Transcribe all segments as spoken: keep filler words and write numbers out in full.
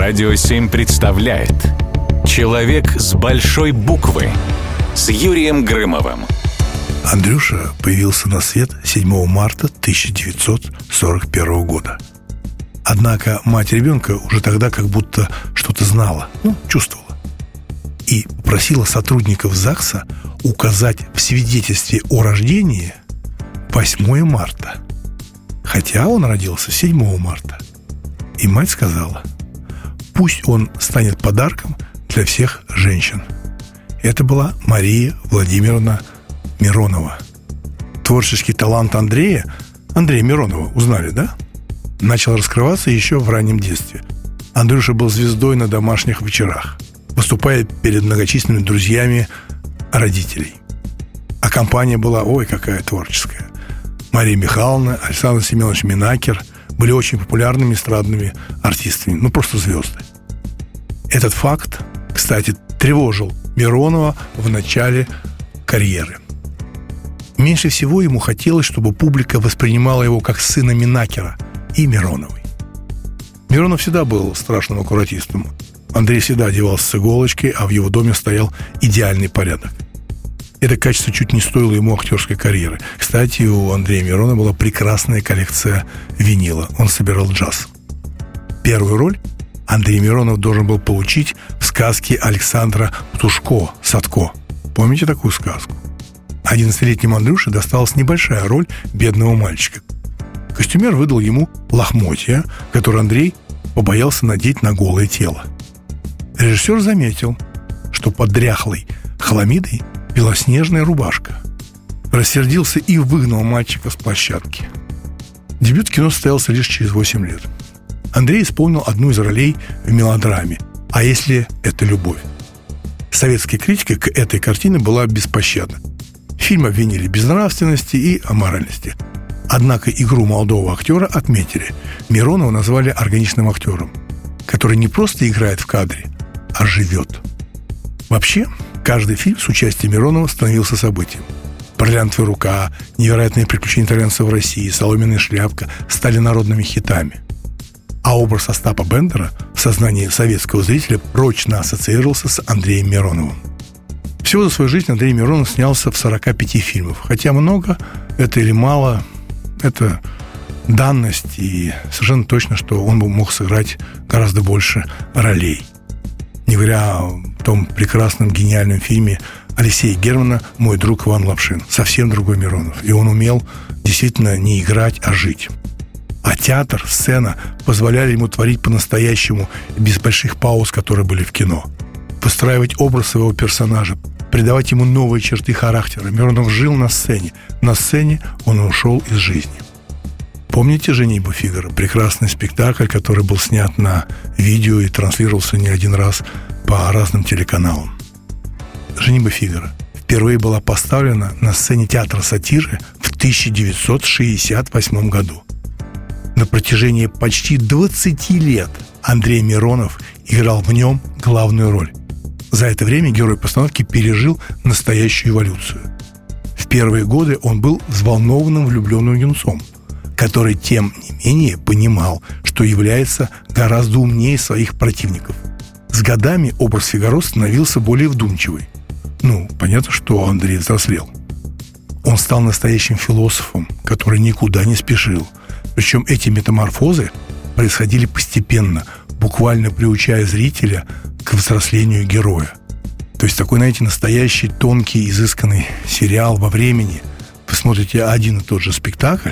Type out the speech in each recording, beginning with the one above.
Радио семь представляет «Человек с большой буквы» с Юрием Грымовым. Андрюша появился на свет седьмого марта тысяча девятьсот сорок первого года. Однако мать ребенка уже тогда как будто что-то знала, ну, чувствовала. И попросила сотрудников ЗАГСа указать в свидетельстве о рождении восьмое марта. Хотя он родился седьмого марта. И мать сказала, пусть он станет подарком для всех женщин. Это была Мария Владимировна Миронова. Творческий талант Андрея, Андрея Миронова, узнали, да? Начал раскрываться еще в раннем детстве. Андрюша был звездой на домашних вечерах, выступая перед многочисленными друзьями родителей. А компания была, ой, какая творческая. Мария Михайловна, Александр Семенович Минакер были очень популярными эстрадными артистами, ну просто звезды. Этот факт, кстати, тревожил Миронова в начале карьеры. Меньше всего ему хотелось, чтобы публика воспринимала его как сына Минакера и Мироновой. Миронов всегда был страшным аккуратистом. Андрей всегда одевался с иголочки, а в его доме стоял идеальный порядок. Это качество чуть не стоило ему актерской карьеры. Кстати, у Андрея Миронова была прекрасная коллекция винила. Он собирал джаз. Первую роль Андрей Миронов должен был получить в сказке Александра Птушко «Садко». Помните такую сказку? одиннадцатилетнему Андрюше досталась небольшая роль бедного мальчика. Костюмер выдал ему лохмотья, которые Андрей побоялся надеть на голое тело. Режиссер заметил, что под дряхлой хламидой белоснежная рубашка. Рассердился и выгнал мальчика с площадки. Дебют в кино состоялся лишь через восемь лет. Андрей исполнил одну из ролей в мелодраме «А если это любовь?». Советская критика к этой картине была беспощадна. Фильм обвинили в безнравственности и аморальности. Однако игру молодого актера отметили. Миронова назвали органичным актером, который не просто играет в кадре, а живет. Вообще, каждый фильм с участием Миронова становился событием. «Бриллиантовая рука», «Невероятные приключения итальянцев в России», «Соломенная шляпка» стали народными хитами. А образ Остапа Бендера в сознании советского зрителя прочно ассоциировался с Андреем Мироновым. Всего за свою жизнь Андрей Миронов снялся в сорока пяти фильмах. Хотя много это или мало, это данность, и совершенно точно, что он мог сыграть гораздо больше ролей. Не говоря о том прекрасном, гениальном фильме Алексея Германа «Мой друг Иван Лапшин». Совсем другой Миронов. И он умел действительно не играть, а жить. А театр, сцена позволяли ему творить по-настоящему, без больших пауз, которые были в кино. Выстраивать образ своего персонажа, придавать ему новые черты характера. Миронов жил на сцене. На сцене он ушел из жизни. Помните «Женитьбу Фигаро»? Прекрасный спектакль, который был снят на видео и транслировался не один раз по разным телеканалам. «Женитьба Фигаро» впервые была поставлена на сцене театра сатиры в тысяча девятьсот шестьдесят восьмом году. На протяжении почти двадцати лет Андрей Миронов играл в нем главную роль. За это время герой постановки пережил настоящую эволюцию. В первые годы он был взволнованным влюбленным юнцом, который, тем не менее, понимал, что является гораздо умнее своих противников. С годами образ Фигаро становился более вдумчивый. Ну, понятно, что Андрей взрослел. Он стал настоящим философом, который никуда не спешил. Причем эти метаморфозы происходили постепенно, буквально приучая зрителя к взрослению героя. То есть такой, знаете, настоящий, тонкий, изысканный сериал во времени. Вы смотрите один и тот же спектакль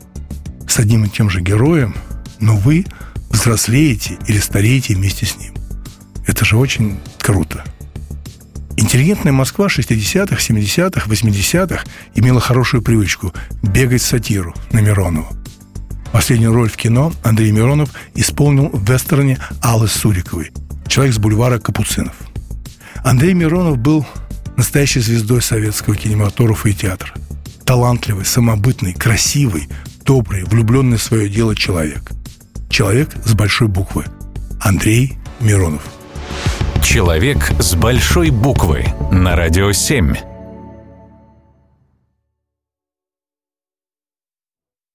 с одним и тем же героем, но вы взрослеете или стареете вместе с ним. Это же очень круто. Интеллигентная Москва шестидесятых, семидесятых, восьмидесятых имела хорошую привычку бегать в сатиру на Миронова. Последнюю роль в кино Андрей Миронов исполнил в вестерне Аллы Суриковой «Человек с бульвара Капуцинов». Андрей Миронов был настоящей звездой советского кинематографа и театра. Талантливый, самобытный, красивый, добрый, влюбленный в свое дело человек. Человек с большой буквы. Андрей Миронов. «Человек с большой буквы» на Радио семь.